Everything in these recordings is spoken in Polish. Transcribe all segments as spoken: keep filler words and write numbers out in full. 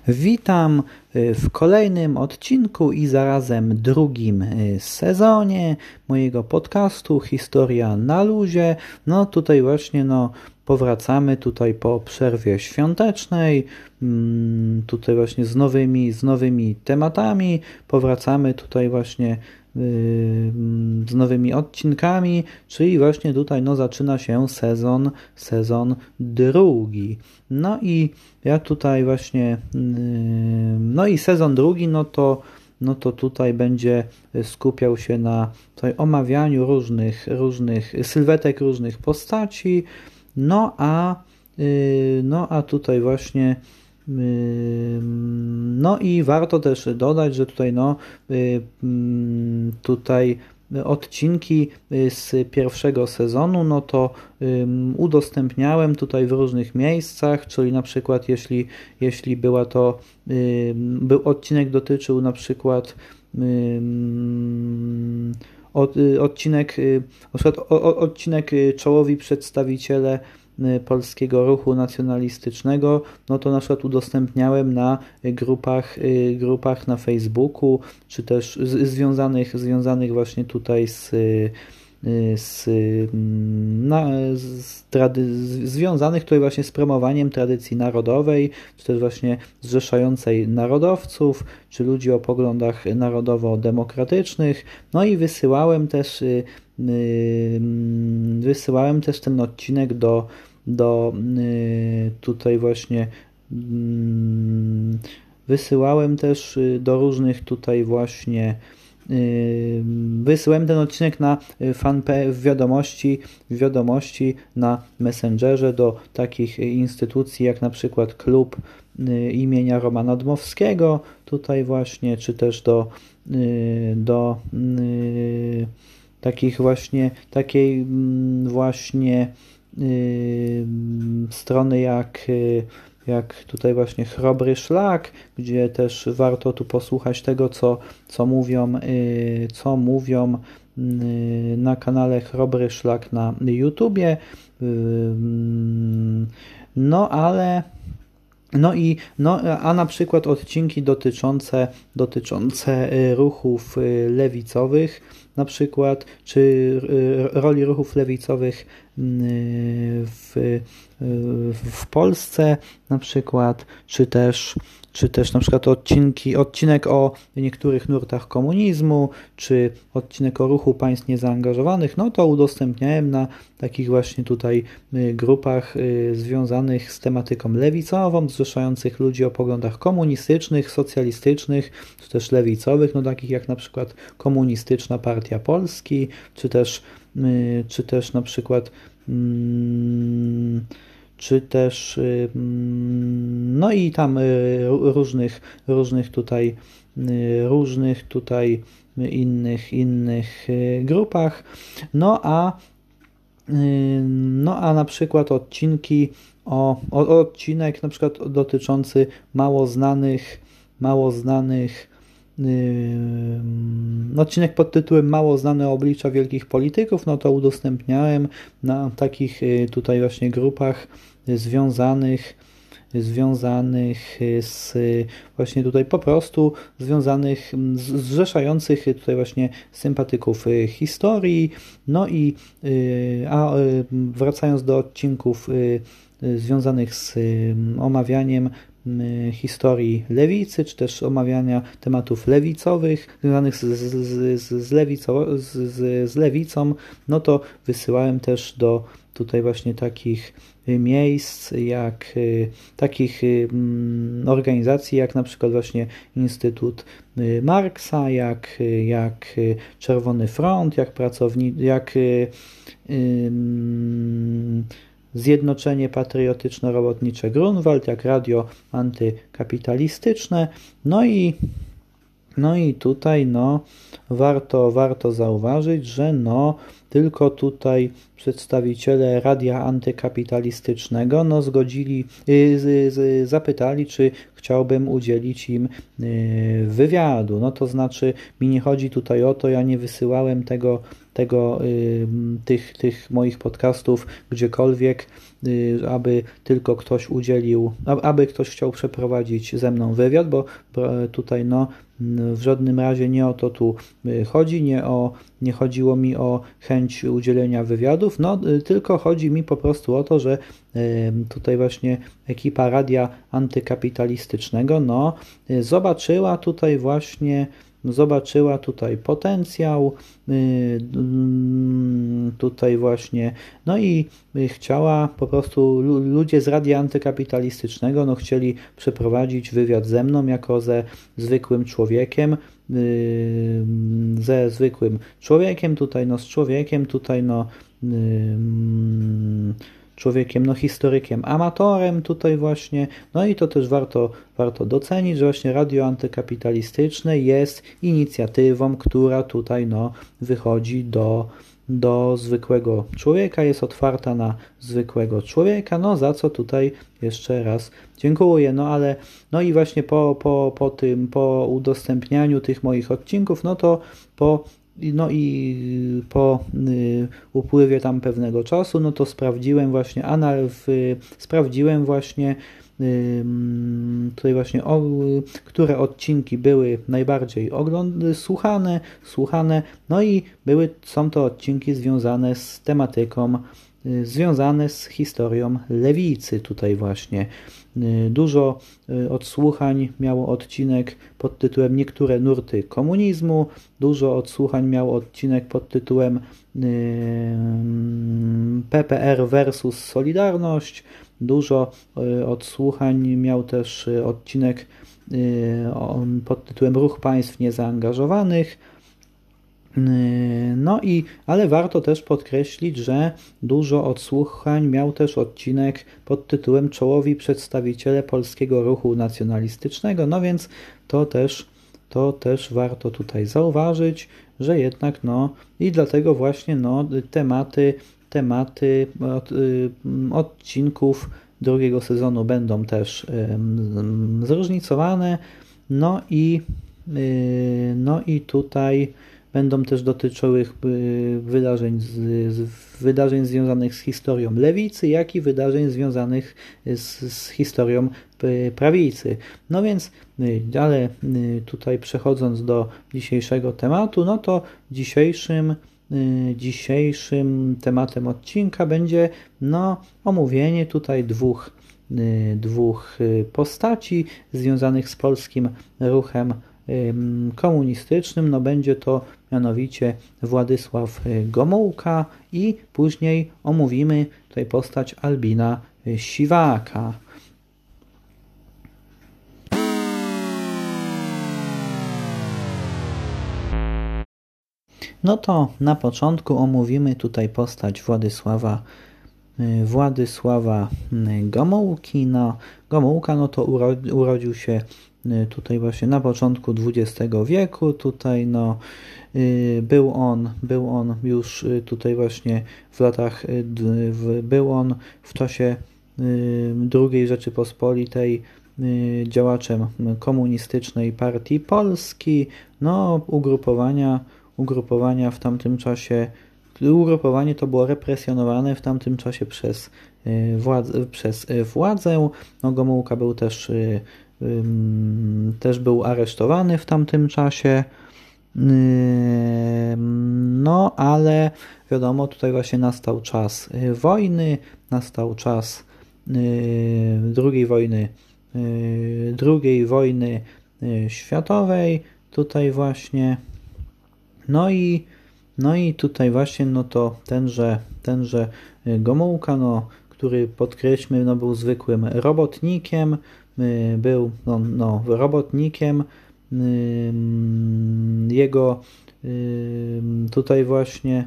Witam w kolejnym odcinku i zarazem drugim sezonie mojego podcastu Historia na luzie. No tutaj właśnie no powracamy tutaj po przerwie świątecznej, tutaj właśnie z nowymi, z nowymi tematami, powracamy tutaj właśnie z nowymi odcinkami, czyli właśnie tutaj no zaczyna się sezon, sezon drugi. No i ja tutaj właśnie, no i sezon drugi, no to, no to tutaj będzie skupiał się na tutaj omawianiu różnych, różnych sylwetek, różnych postaci, no a, no a tutaj właśnie no i warto też dodać, że tutaj no tutaj odcinki z pierwszego sezonu, no to udostępniałem tutaj w różnych miejscach, czyli na przykład jeśli, jeśli była to, był odcinek dotyczył na przykład od, odcinek, na przykład odcinek czołowi przedstawiciele polskiego ruchu nacjonalistycznego, no to na przykład udostępniałem na grupach, grupach na Facebooku, czy też z, związanych, związanych właśnie tutaj z, z, na, z trady, związanych tutaj właśnie z promowaniem tradycji narodowej, czy też właśnie zrzeszającej narodowców, czy ludzi o poglądach narodowo-demokratycznych, no i wysyłałem też wysyłałem też ten odcinek do, do tutaj właśnie wysyłałem też do różnych tutaj właśnie wysyłałem ten odcinek na fanpage w wiadomości, w wiadomości na Messengerze do takich instytucji jak na przykład klub imienia Romana Dmowskiego tutaj właśnie, czy też do do takich właśnie, takiej właśnie yy, strony jak, jak tutaj właśnie Chrobry Szlak, gdzie też warto tu posłuchać tego, co, co mówią, yy, co mówią yy, na kanale Chrobry Szlak na YouTubie. Yy, no ale No i no, a na przykład odcinki dotyczące, dotyczące ruchów lewicowych, na przykład, czy roli ruchów lewicowych w, w Polsce, na przykład, czy też, czy też na przykład odcinki, odcinek o niektórych nurtach komunizmu, czy odcinek o ruchu państw niezaangażowanych, no to udostępniałem na takich właśnie tutaj grupach związanych z tematyką lewicową, zrzeszających ludzi o poglądach komunistycznych, socjalistycznych, czy też lewicowych, no takich jak na przykład Komunistyczna Partia Polski, czy też, czy też na przykład czy też no i tam różnych, różnych tutaj różnych tutaj innych, innych grupach, no a no a na przykład odcinki o, o odcinek na przykład dotyczący mało znanych mało znanych Yy, odcinek pod tytułem Mało znane oblicza wielkich polityków, no to udostępniałem na takich tutaj właśnie grupach związanych związanych z właśnie tutaj po prostu związanych, zrzeszających tutaj właśnie sympatyków historii. No i a wracając do odcinków związanych z omawianiem historii lewicy, czy też omawiania tematów lewicowych, związanych z, z, z, z, lewico, z, z, z lewicą, no to wysyłałem też do tutaj właśnie takich miejsc, jak takich organizacji, jak na przykład właśnie Instytut Marksa, jak, jak Czerwony Front, jak pracowni, jak ym, Zjednoczenie Patriotyczno-Robotnicze Grunwald, jak radio antykapitalistyczne. No i, no i tutaj no, warto, warto zauważyć, że no, tylko tutaj przedstawiciele radia antykapitalistycznego no zgodzili, y, z, z, zapytali, czy chciałbym udzielić im y, wywiadu. No to znaczy mi nie chodzi tutaj o to, ja nie wysyłałem tego, tego y, tych, tych moich podcastów gdziekolwiek, y, aby tylko ktoś udzielił, aby ktoś chciał przeprowadzić ze mną wywiad, bo tutaj no w żadnym razie nie o to tu chodzi, nie, o, nie chodziło mi o chęć udzielenia wywiadów, no tylko chodzi mi po prostu o to, że tutaj właśnie ekipa radia antykapitalistycznego no zobaczyła tutaj właśnie zobaczyła tutaj potencjał, tutaj właśnie, no i chciała po prostu, ludzie z radia antykapitalistycznego, no chcieli przeprowadzić wywiad ze mną jako ze zwykłym człowiekiem, ze zwykłym człowiekiem, tutaj no z człowiekiem, tutaj no człowiekiem, no historykiem, amatorem tutaj właśnie, no i to też warto, warto docenić, że właśnie radio antykapitalistyczne jest inicjatywą, która tutaj no wychodzi do, do zwykłego człowieka, jest otwarta na zwykłego człowieka, no za co tutaj jeszcze raz dziękuję, no ale no i właśnie po, po, po tym, po udostępnianiu tych moich odcinków, no to po No i po y, upływie tam pewnego czasu, no to sprawdziłem właśnie, anal, w, sprawdziłem właśnie y, tutaj właśnie, o, które odcinki były najbardziej ogląd- słuchane, słuchane, no i były, są to odcinki związane z tematyką, y, związane z historią lewicy tutaj właśnie. Dużo odsłuchań miał odcinek pod tytułem Niektóre nurty komunizmu, dużo odsłuchań miał odcinek pod tytułem P P R versus Solidarność, dużo odsłuchań miał też odcinek pod tytułem Ruch Państw Niezaangażowanych. No i, ale warto też podkreślić, że dużo odsłuchań miał też odcinek pod tytułem Czołowi przedstawiciele polskiego ruchu nacjonalistycznego, no więc to też, to też warto tutaj zauważyć, że jednak no i dlatego właśnie no tematy, tematy od, y, odcinków drugiego sezonu będą też y, zróżnicowane, no i, y, no i tutaj będą też dotyczyły wydarzeń, z, z wydarzeń związanych z historią lewicy, jak i wydarzeń związanych z, z historią prawicy. No więc, ale tutaj przechodząc do dzisiejszego tematu, no to dzisiejszym, dzisiejszym tematem odcinka będzie no, omówienie tutaj dwóch, dwóch postaci związanych z polskim ruchem komunistycznym, no będzie to mianowicie Władysław Gomułka i później omówimy tutaj postać Albina Siwaka. No to na początku omówimy tutaj postać Władysława Władysława Gomułki. No, Gomułka no to urodził się tutaj właśnie na początku dwudziestego wieku, tutaj no był on, był on już tutaj właśnie w latach, był on w czasie drugiej Rzeczypospolitej działaczem komunistycznej Partii Polski, no ugrupowania, ugrupowania w tamtym czasie, ugrupowanie to było represjonowane w tamtym czasie przez władzę, przez władzę. No Gomułka był też też był aresztowany w tamtym czasie, no ale wiadomo, tutaj właśnie nastał czas wojny, nastał czas drugiej wojny, drugiej wojny światowej, tutaj właśnie, no i no i tutaj właśnie, no to tenże, tenże Gomułka, no, który podkreślmy, no był zwykłym robotnikiem, był no, no, robotnikiem, jego tutaj właśnie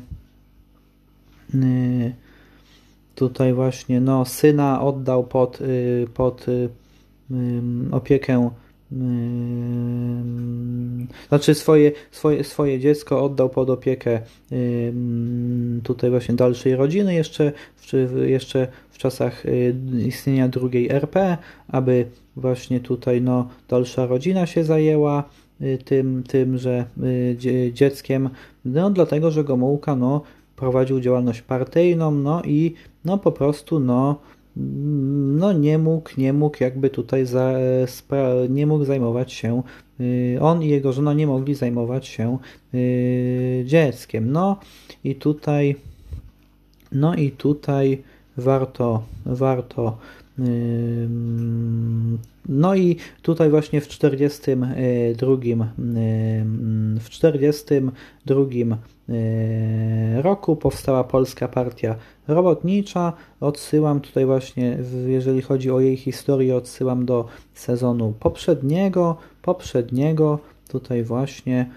tutaj właśnie no, syna oddał pod, pod opiekę znaczy swoje, swoje, swoje dziecko oddał pod opiekę tutaj właśnie dalszej rodziny jeszcze, jeszcze w czasach istnienia drugiej R P, aby właśnie tutaj no, dalsza rodzina się zajęła tym, tymże dzieckiem, no dlatego, że Gomułka no, prowadził działalność partyjną, no i no po prostu no, no nie mógł, nie mógł jakby tutaj za, nie mógł zajmować się, on i jego żona nie mogli zajmować się dzieckiem. No i tutaj no i tutaj warto, warto no i tutaj właśnie w czterdziestym drugim w czterdziestym drugim roku powstała Polska Partia Robotnicza. Odsyłam tutaj właśnie, jeżeli chodzi o jej historię, odsyłam do sezonu poprzedniego, poprzedniego tutaj właśnie,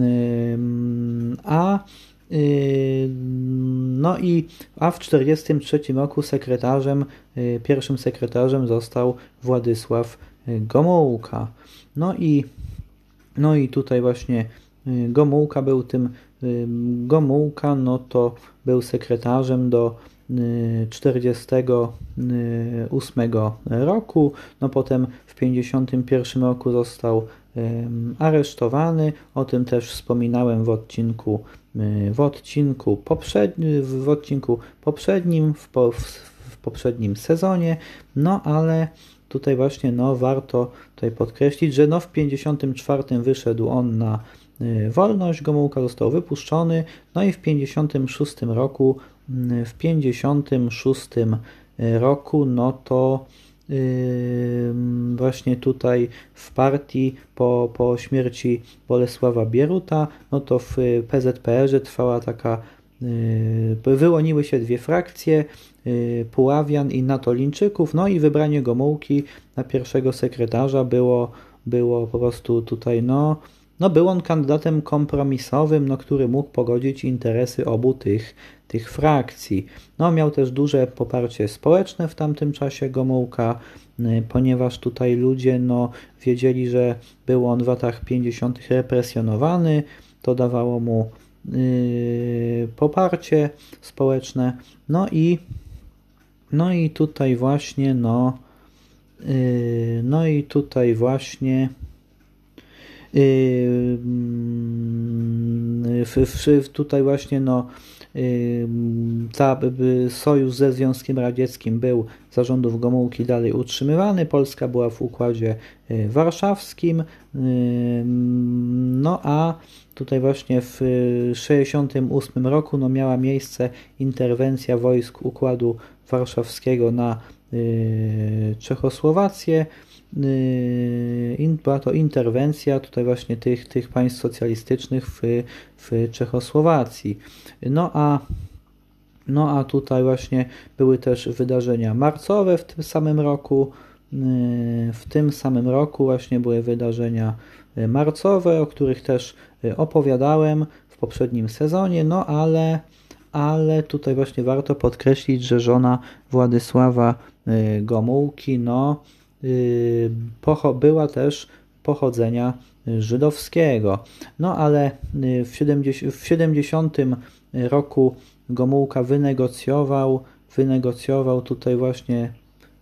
a no i a w czterdziestym trzecim roku sekretarzem, pierwszym sekretarzem został Władysław Gomułka. No i, no i tutaj właśnie Gomułka był tym, Gomułka no to był sekretarzem do czterdziestego ósmego roku, no potem w pięćdziesiątym pierwszym roku został aresztowany, o tym też wspominałem w odcinku w odcinku poprzednim, w odcinku poprzednim, w, po, w poprzednim sezonie, no ale tutaj właśnie no warto tutaj podkreślić, że no w pięćdziesiątym czwartym wyszedł on na wolność, Gomułka został wypuszczony, no i w pięćdziesiątym szóstym roku, w pięćdziesiątym szóstym roku, no to yy, właśnie tutaj w partii po, po śmierci Bolesława Bieruta, no to w P Z P R-ze trwała taka, yy, wyłoniły się dwie frakcje, yy, Puławian i Natolińczyków, no i wybranie Gomułki na pierwszego sekretarza było, było po prostu tutaj no No był on kandydatem kompromisowym, no, który mógł pogodzić interesy obu tych, tych frakcji. No, miał też duże poparcie społeczne w tamtym czasie Gomułka, ponieważ tutaj ludzie no, wiedzieli, że był on w latach pięćdziesiątych represjonowany, to dawało mu yy, poparcie społeczne. No i, no i tutaj właśnie no, yy, no i tutaj właśnie W, w, tutaj właśnie no, ta, sojusz ze Związkiem Radzieckim był za rządów Gomułki dalej utrzymywany, Polska była w Układzie Warszawskim, no a tutaj właśnie w sześćdziesiątym ósmym roku no, miała miejsce interwencja wojsk Układu Warszawskiego na Czechosłowację. Była to interwencja tutaj właśnie tych, tych państw socjalistycznych w, w Czechosłowacji. No a, no a tutaj właśnie były też wydarzenia marcowe w tym samym roku. W tym samym roku właśnie były wydarzenia marcowe, o których też opowiadałem w poprzednim sezonie, no ale, ale tutaj właśnie warto podkreślić, że żona Władysława Gomułki, no była też pochodzenia żydowskiego. No ale w siedemdziesiątym roku Gomułka wynegocjował, wynegocjował tutaj właśnie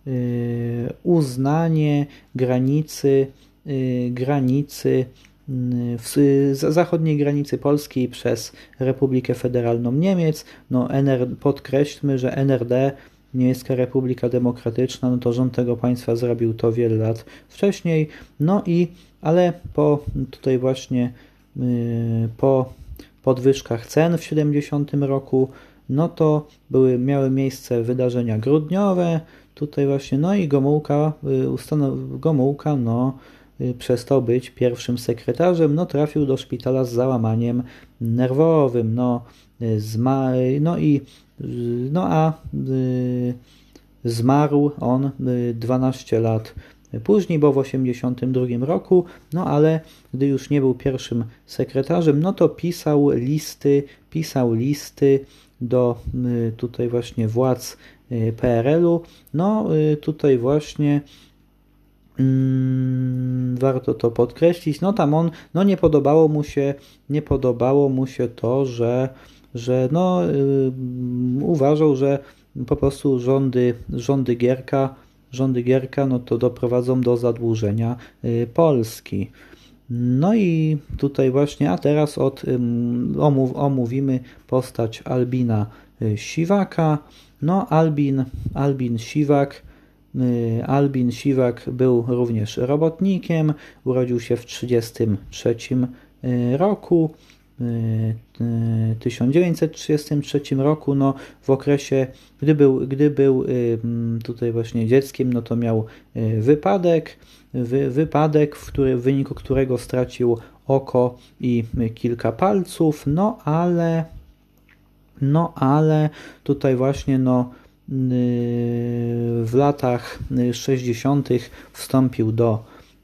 uznanie granicy, granicy zachodniej granicy Polski przez Republikę Federalną Niemiec. No, N R, podkreślmy, że N R D, Niemiecka Republika Demokratyczna, no to rząd tego państwa zrobił to wiele lat wcześniej, no i, ale po tutaj właśnie yy, po podwyżkach cen w siedemdziesiątym roku, no to były, miały miejsce wydarzenia grudniowe, tutaj właśnie, no i Gomułka, yy, ustanow, Gomułka, no yy, przestał być pierwszym sekretarzem, no trafił do szpitala z załamaniem nerwowym, no, yy, zma, no i No a y, zmarł on y, dwanaście lat później, bo w osiemdziesiątym drugim roku, no ale gdy już nie był pierwszym sekretarzem, no to pisał listy, pisał listy do y, tutaj właśnie władz y, P R L u, no y, tutaj właśnie Mm, warto to podkreślić. No tam on, no nie podobało mu się, nie podobało mu się to, że, że no yy, uważał, że po prostu rządy, rządy Gierka, rządy Gierka, no to doprowadzą do zadłużenia yy, Polski. No i tutaj właśnie, a teraz od, omów, omówimy postać Albina Siwaka. No Albin, Albin Siwak, Albin Siwak był również robotnikiem, urodził się w tysiąc dziewięćset trzydziestym trzecim roku, tysiąc dziewięćset trzydziestym trzecim roku, no w okresie, gdy był, gdy był tutaj właśnie dzieckiem, no to miał wypadek, wy, wypadek, w, który, w wyniku którego stracił oko i kilka palców, no ale no ale tutaj właśnie no w latach sześćdziesiątych wstąpił do,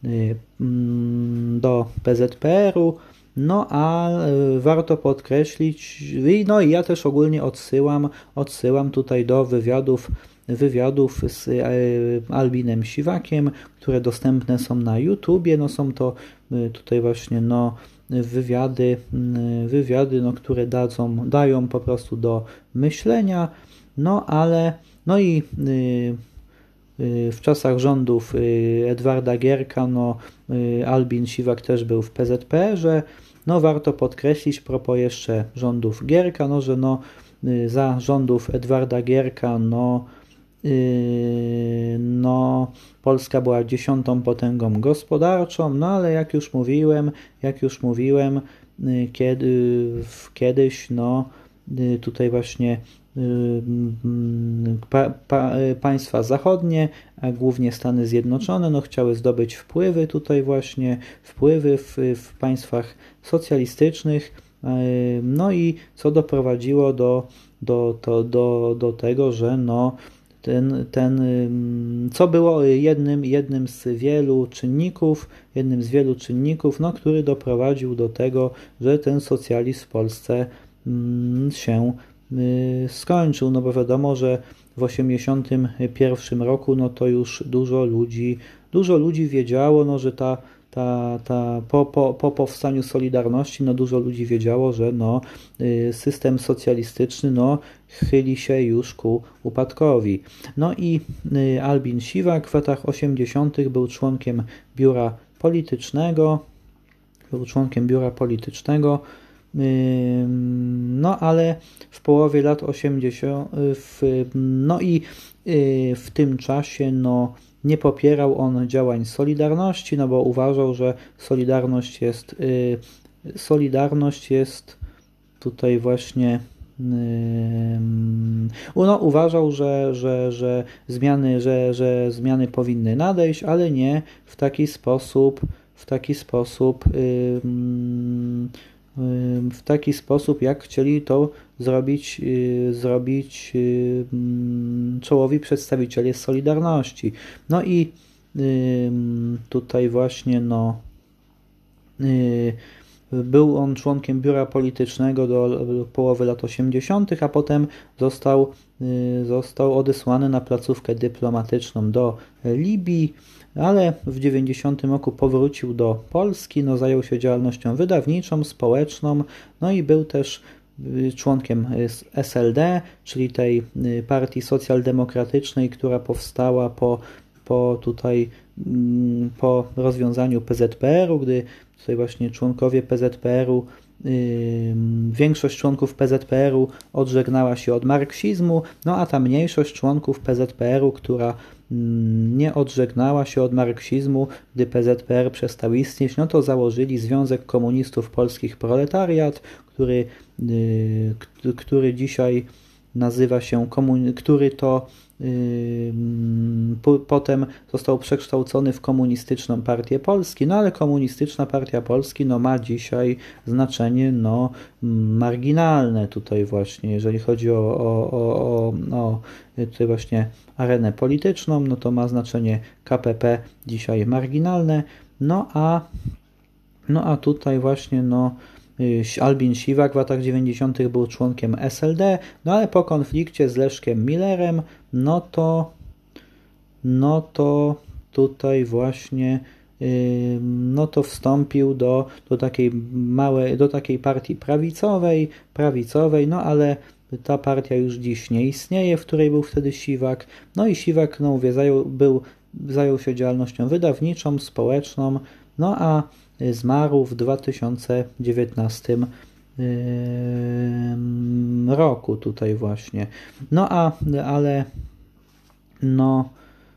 do P Z P R u, no a warto podkreślić, no i ja też ogólnie odsyłam, odsyłam tutaj do wywiadów, wywiadów z Albinem Siwakiem, które dostępne są na YouTubie, no są to tutaj właśnie no wywiady, wywiady no, które dadzą, dają po prostu do myślenia, no ale no i w czasach rządów Edwarda Gierka, no Albin Siwak też był w P Z P R ze, no warto podkreślić propos jeszcze rządów Gierka, no że no za rządów Edwarda Gierka, no no Polska była dziesiątą potęgą gospodarczą, no ale jak już mówiłem, jak już mówiłem, kiedy, kiedyś, no tutaj właśnie pa, pa, państwa zachodnie, a głównie Stany Zjednoczone, no chciały zdobyć wpływy tutaj właśnie, wpływy w, w państwach socjalistycznych, no i co doprowadziło do, do, do, do, do tego, że no Ten, ten, co było jednym, jednym z wielu czynników, jednym z wielu czynników, no, który doprowadził do tego, że ten socjalizm w Polsce się skończył, no bo wiadomo, że w osiemdziesiątym pierwszym roku, no to już dużo ludzi, dużo ludzi wiedziało, no, że ta Ta, ta, po, po, po powstaniu Solidarności, no dużo ludzi wiedziało, że no, system socjalistyczny no, chyli się już ku upadkowi. No i Albin Siwak w latach osiemdziesiątych był członkiem biura politycznego, był członkiem biura politycznego, no ale w połowie lat osiemdziesiątych, no i w tym czasie no, nie popierał on działań Solidarności, no bo uważał, że Solidarność jest, yy, Solidarność jest tutaj właśnie yy, no, uważał, że, że, że, zmiany, że, że zmiany powinny nadejść, ale nie w taki sposób, w taki sposób yy, w taki sposób, jak chcieli to zrobić, yy, zrobić yy, czołowi przedstawiciele Solidarności. No i yy, tutaj właśnie no, yy, był on członkiem biura politycznego do połowy lat osiemdziesiątych, a potem został, yy, został odesłany na placówkę dyplomatyczną do Libii, ale w dziewięćdziesiątym roku powrócił do Polski, no, zajął się działalnością wydawniczą, społeczną, no i był też członkiem S L D, czyli tej partii socjaldemokratycznej, która powstała po, po tutaj po rozwiązaniu P Z P R u, gdy tutaj właśnie członkowie P Z P R u, yy, większość członków P Z P R u odżegnała się od marksizmu, no a ta mniejszość członków P Z P R u, która nie odżegnała się od marksizmu, gdy P Z P R przestał istnieć, no to założyli Związek Komunistów Polskich Proletariat, który, yy, który dzisiaj nazywa się, który to yy, po, potem został przekształcony w Komunistyczną Partię Polski, no ale Komunistyczna Partia Polski no, ma dzisiaj znaczenie no, marginalne tutaj właśnie, jeżeli chodzi o, o, o, o, o tutaj właśnie arenę polityczną, no to ma znaczenie K P P dzisiaj marginalne, no a no a tutaj właśnie no Albin Siwak w latach dziewięćdziesiątych był członkiem S L D, no ale po konflikcie z Leszkiem Millerem, no to no to tutaj właśnie no to wstąpił do, do takiej małej, do takiej partii prawicowej, prawicowej, no ale ta partia już dziś nie istnieje, w której był wtedy Siwak. No i Siwak, no mówię, zajął, był, zajął się działalnością wydawniczą, społeczną, no a zmarł w dwa tysiące dziewiętnastym roku tutaj właśnie. No a, ale no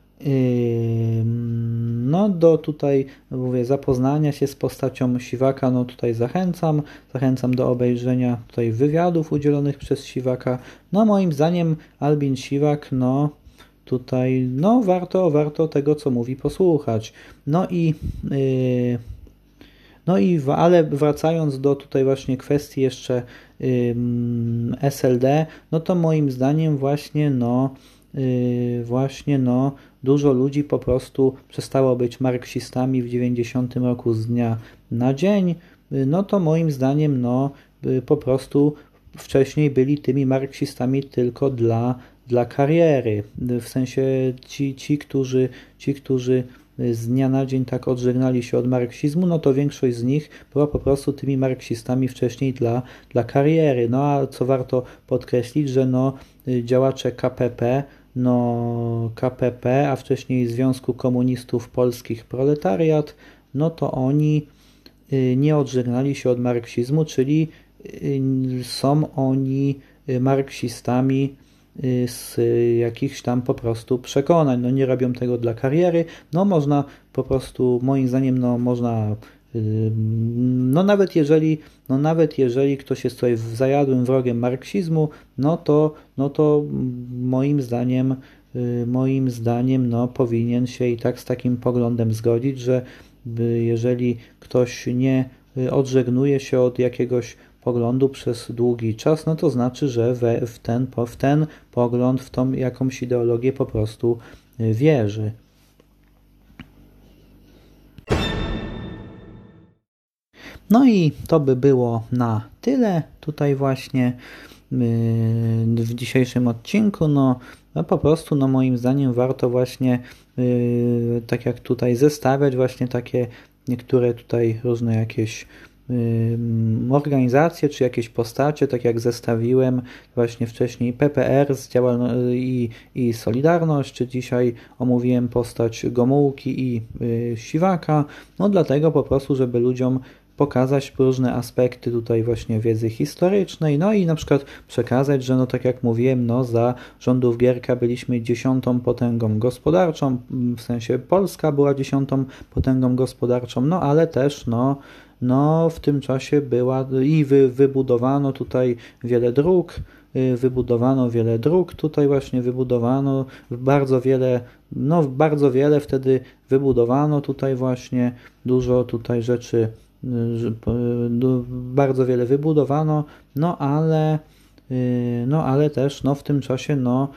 no do tutaj, mówię, zapoznania się z postacią Siwaka, no tutaj zachęcam, zachęcam do obejrzenia tutaj wywiadów udzielonych przez Siwaka. No moim zdaniem Albin Siwak, no tutaj, no warto, warto tego, co mówi, posłuchać. No i yy, no i, ale wracając do tutaj właśnie kwestii jeszcze yy, S L D, no to moim zdaniem właśnie, no Yy, właśnie no dużo ludzi po prostu przestało być marksistami w dziewięćdziesiątym roku z dnia na dzień, yy, no to moim zdaniem no yy, po prostu wcześniej byli tymi marksistami tylko dla, dla kariery, yy, w sensie ci, ci, którzy, ci, którzy z dnia na dzień tak odżegnali się od marksizmu, no to większość z nich była po prostu tymi marksistami wcześniej dla, dla kariery. No a co warto podkreślić, że no działacze K P P, no K P P, a wcześniej Związku Komunistów Polskich Proletariat, no to oni nie odżegnali się od marksizmu, czyli są oni marksistami z jakichś tam po prostu przekonań. No nie robią tego dla kariery. No można po prostu, moim zdaniem, no można no nawet jeżeli, no nawet jeżeli ktoś jest tutaj zajadłym wrogiem marksizmu, no to, no to moim zdaniem, moim zdaniem, no powinien się i tak z takim poglądem zgodzić, że jeżeli ktoś nie odżegnuje się od jakiegoś poglądu przez długi czas, no to znaczy, że we, w, ten, w ten pogląd, w tą jakąś ideologię po prostu wierzy. No i to by było na tyle tutaj właśnie w dzisiejszym odcinku. No, no po prostu, no moim zdaniem warto właśnie yy, tak jak tutaj zestawiać właśnie takie niektóre tutaj różne jakieś organizacje, czy jakieś postacie, tak jak zestawiłem właśnie wcześniej P P R z działalno- i, i Solidarność, czy dzisiaj omówiłem postać Gomułki i y, Siwaka, no dlatego po prostu, żeby ludziom pokazać różne aspekty tutaj właśnie wiedzy historycznej, no i na przykład przekazać, że no tak jak mówiłem, no za rządów Gierka byliśmy dziesiątą potęgą gospodarczą, w sensie Polska była dziesiątą potęgą gospodarczą, no ale też no No, w tym czasie była i wy, wybudowano tutaj wiele dróg, wybudowano wiele dróg, tutaj właśnie wybudowano bardzo wiele, no bardzo wiele wtedy wybudowano tutaj właśnie, dużo tutaj rzeczy, bardzo wiele wybudowano, no ale, no ale też no w tym czasie no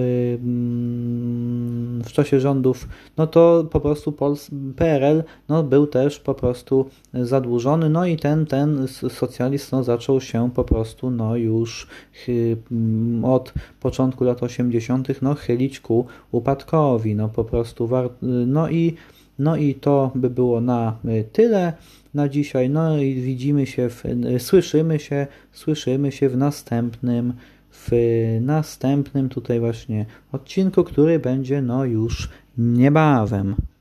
w czasie rządów, no to po prostu Pols- P R L no, był też po prostu zadłużony, no i ten, ten socjalizm no, zaczął się po prostu no, już chy, od początku lat osiemdziesiątych no, chylić ku upadkowi, no po prostu war- no i no i to by było na tyle na dzisiaj, no i widzimy się, w, słyszymy się, słyszymy się w następnym w następnym tutaj właśnie odcinku, który będzie no już niebawem.